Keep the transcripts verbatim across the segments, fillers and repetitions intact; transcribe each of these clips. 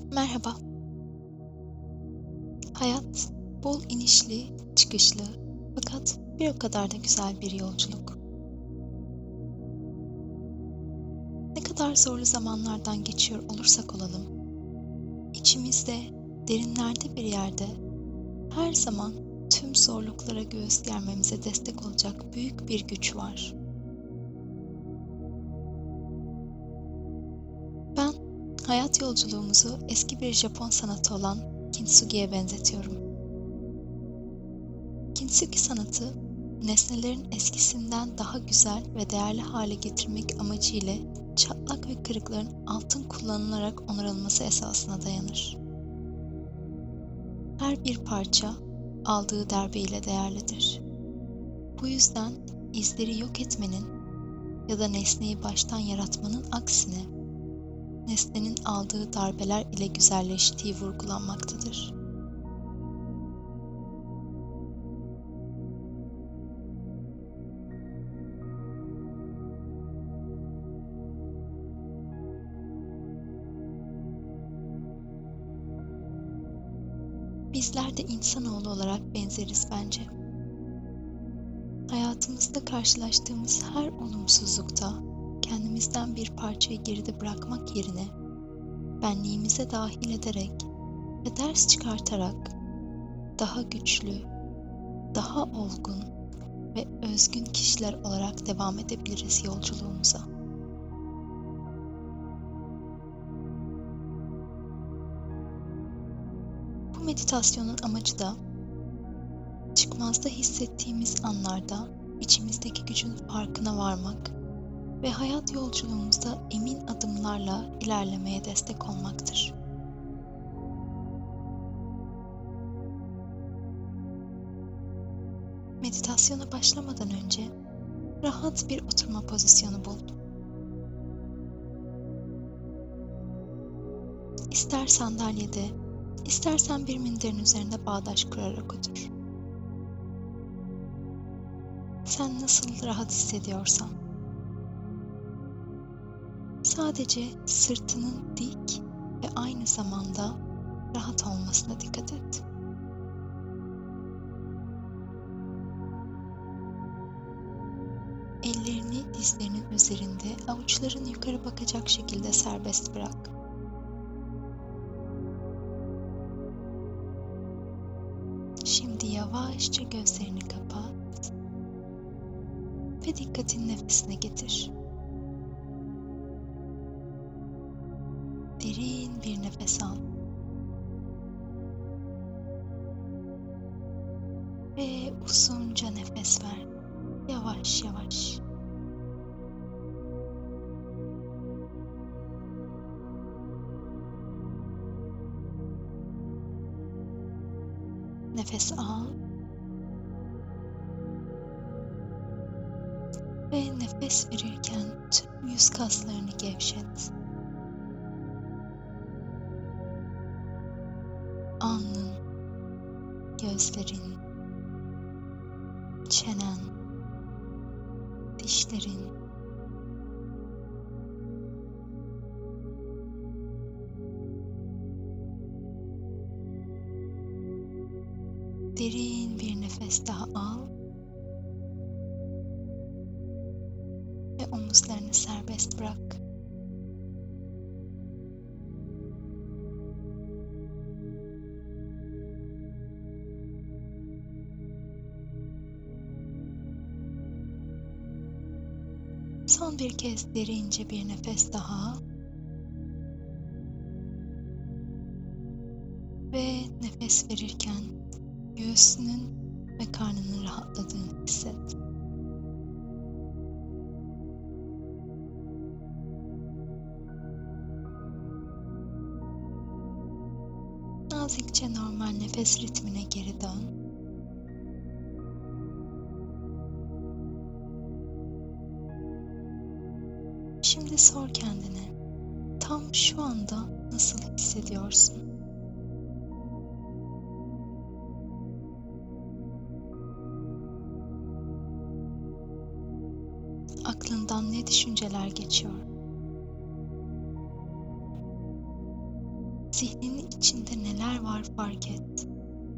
Merhaba. Hayat bol inişli, çıkışlı fakat bir o kadar da güzel bir yolculuk. Ne kadar zorlu zamanlardan geçiyor olursak olalım, içimizde, derinlerde bir yerde her zaman tüm zorluklara göğüs germemize destek olacak büyük bir güç var. Ben hayat yolculuğumuzu eski bir Japon sanatı olan Kintsugi'ye benzetiyorum. Kintsugi sanatı, nesnelerin eskisinden daha güzel ve değerli hale getirmek amacıyla çatlak ve kırıkların altın kullanılarak onarılması esasına dayanır. Her bir parça aldığı darbe ile değerlidir. Bu yüzden izleri yok etmenin ya da nesneyi baştan yaratmanın aksine nesnenin aldığı darbeler ile güzelleştiği vurgulanmaktadır. Bizler de insanoğlu olarak benzeriz bence. Hayatımızda karşılaştığımız her olumsuzlukta kendimizden bir parçayı geride bırakmak yerine benliğimize dahil ederek ve ders çıkartarak daha güçlü, daha olgun ve özgün kişiler olarak devam edebiliriz yolculuğumuza. Bu meditasyonun amacı da çıkmazda hissettiğimiz anlarda içimizdeki gücün farkına varmak ve hayat yolculuğumuzda emin adımlarla ilerlemeye destek olmaktır. Meditasyona başlamadan önce rahat bir oturma pozisyonu bul. İster sandalyede, istersen bir minderin üzerinde bağdaş kurarak otur. Sen nasıl rahat hissediyorsan. Sadece sırtının dik ve aynı zamanda rahat olmasına dikkat et. Ellerini dizlerinin üzerinde, avuçların yukarı bakacak şekilde serbest bırak. Şimdi yavaşça gözlerini kapat ve dikkatini nefesine getir. Derin bir nefes al ve uzunca nefes ver. Yavaş yavaş. Nefes al ve nefes verirken tüm yüz kaslarını gevşet. Alnın, gözlerin, çenen, dişlerin, derin bir nefes daha al ve omuzlarını serbest bırak. Son bir kez derince bir nefes daha ve nefes verirken göğsünün ve karnının rahatladığını hisset. Nazikçe normal nefes ritmine geri dön. Şimdi sor kendine, tam şu anda nasıl hissediyorsun? Aklından ne düşünceler geçiyor? Zihninin içinde neler var fark et.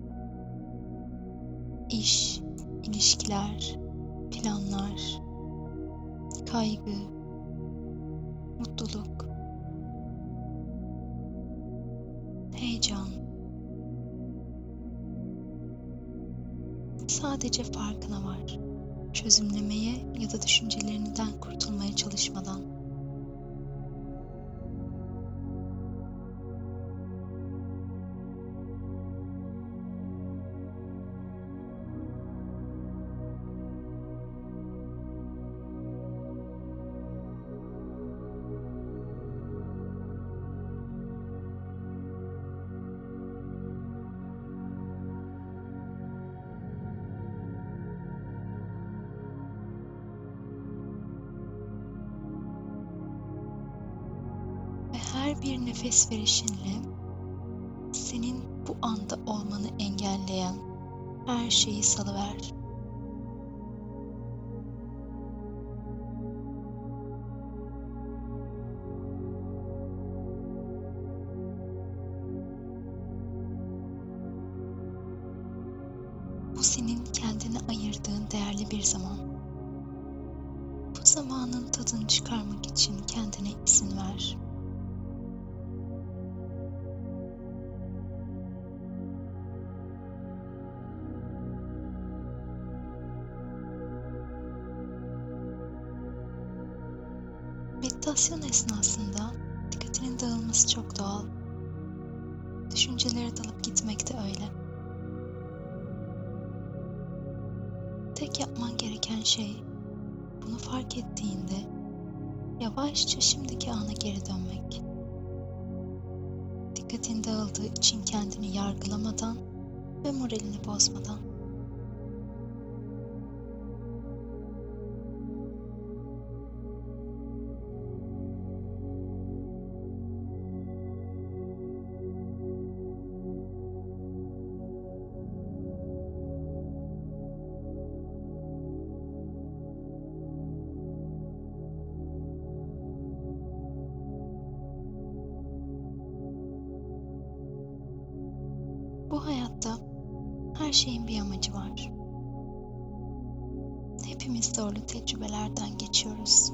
İş, ilişkiler, planlar, kaygı, mutluluk, heyecan. Sadece farkına var. Çözümlemeye ya da düşüncelerinden kurtulmaya çalışmadan. Ve her bir nefes verişinle senin bu anda olmanı engelleyen her şeyi salıver. Bu senin kendine ayırdığın değerli bir zaman. Bu zamanın tadını çıkarmak için kendine izin ver. Meditasyon esnasında dikkatinin dağılması çok doğal. Düşüncelere dalıp gitmek de öyle. Tek yapman gereken şey, bunu fark ettiğinde yavaşça şimdiki ana geri dönmek. Dikkatin dağıldığı için kendini yargılamadan ve moralini bozmadan. Bu hayatta her şeyin bir amacı var. Hepimiz zorlu tecrübelerden geçiyoruz.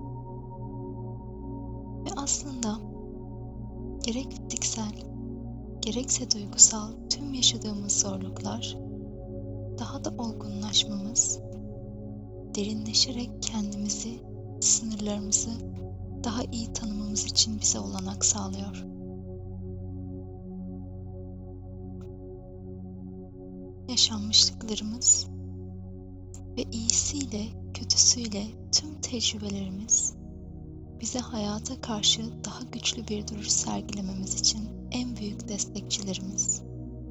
Ve aslında gerek fiziksel, gerekse duygusal tüm yaşadığımız zorluklar, daha da olgunlaşmamız, derinleşerek kendimizi, sınırlarımızı daha iyi tanımamız için bize olanak sağlıyor. Yaşanmışlıklarımız ve iyisiyle, kötüsüyle tüm tecrübelerimiz bize hayata karşı daha güçlü bir duruş sergilememiz için en büyük destekçilerimiz.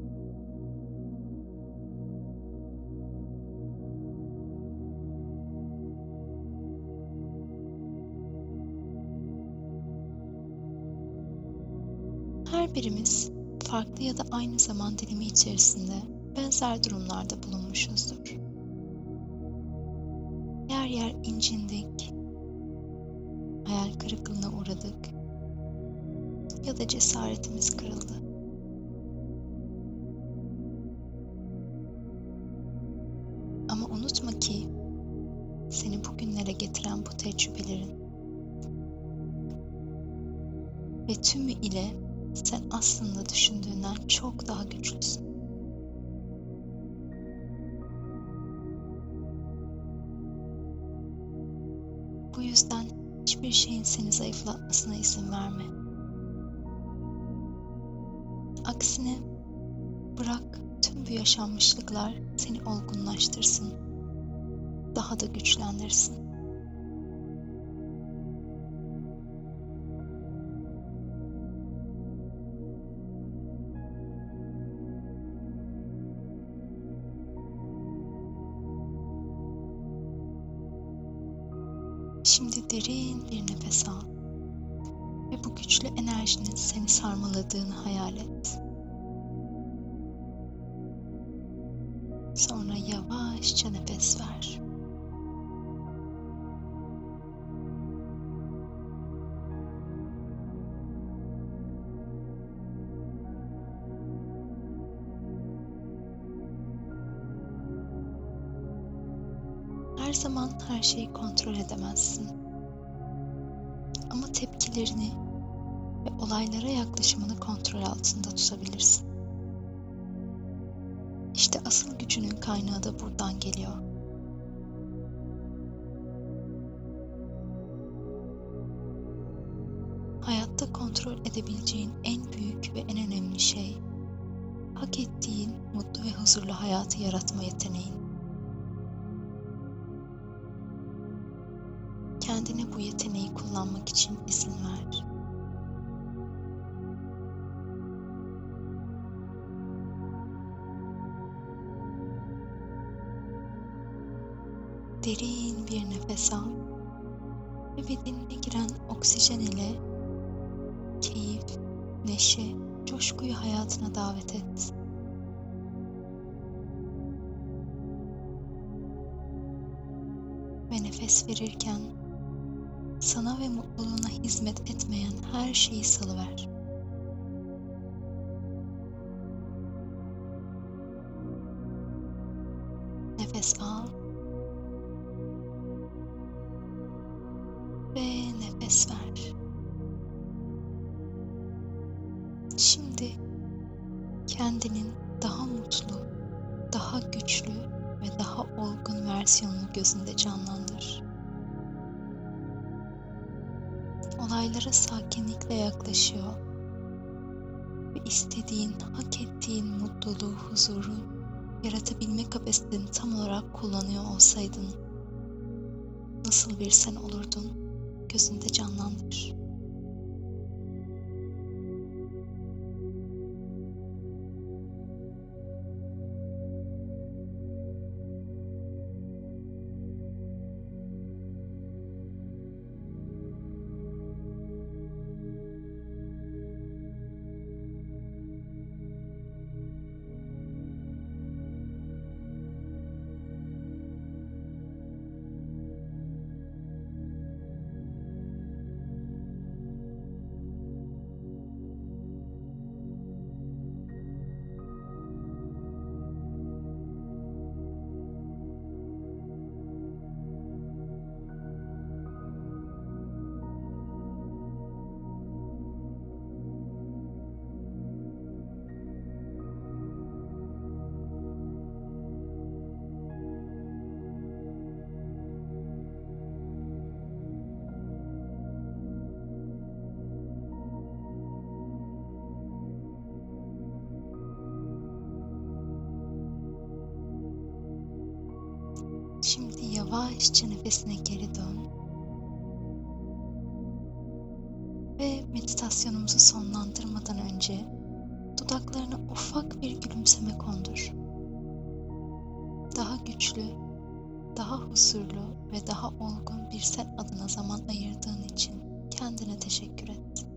Her birimiz farklı ya da aynı zaman dilimi içerisinde benzer durumlarda bulunmuşuzdur. Yer yer incindik, hayal kırıklığına uğradık ya da cesaretimiz kırıldı. Ama unutma ki seni bugünlere getiren bu tecrübelerin ve tümü ile sen aslında düşündüğünden çok daha güçlüsün. Bu yüzden hiçbir şeyin seni zayıflatmasına izin verme. Aksine bırak tüm bu yaşanmışlıklar seni olgunlaştırsın, daha da güçlendirsin. Şimdi derin bir nefes al ve bu güçlü enerjinin seni sarmaladığını hayal et. Sonra yavaşça nefes ver. Her zaman her şeyi kontrol edemezsin. Ama tepkilerini ve olaylara yaklaşımını kontrol altında tutabilirsin. İşte asıl gücünün kaynağı da buradan geliyor. Hayatta kontrol edebileceğin en büyük ve en önemli şey, hak ettiğin mutlu ve huzurlu hayatı yaratma yeteneğin. Kendine bu yeteneği kullanmak için izin ver. Derin bir nefes al ve bedenine giren oksijen ile keyif, neşe, coşkuyu hayatına davet et. Ve nefes verirken sana ve mutluluğuna hizmet etmeyen her şeyi salıver. Nefes al ve nefes ver. Şimdi kendinin daha mutlu, daha güçlü ve daha olgun versiyonunu gözünde canlandır. Olaylara sakinlikle yaklaşıyor ve istediğin, hak ettiğin mutluluğu, huzuru yaratabilme kapasiteni tam olarak kullanıyor olsaydın nasıl bir sen olurdun gözünde canlandır. Şimdi yavaşça nefesine geri dön ve meditasyonumuzu sonlandırmadan önce dudaklarına ufak bir gülümseme kondur. Daha güçlü, daha huzurlu ve daha olgun bir sen adına zaman ayırdığın için kendine teşekkür et.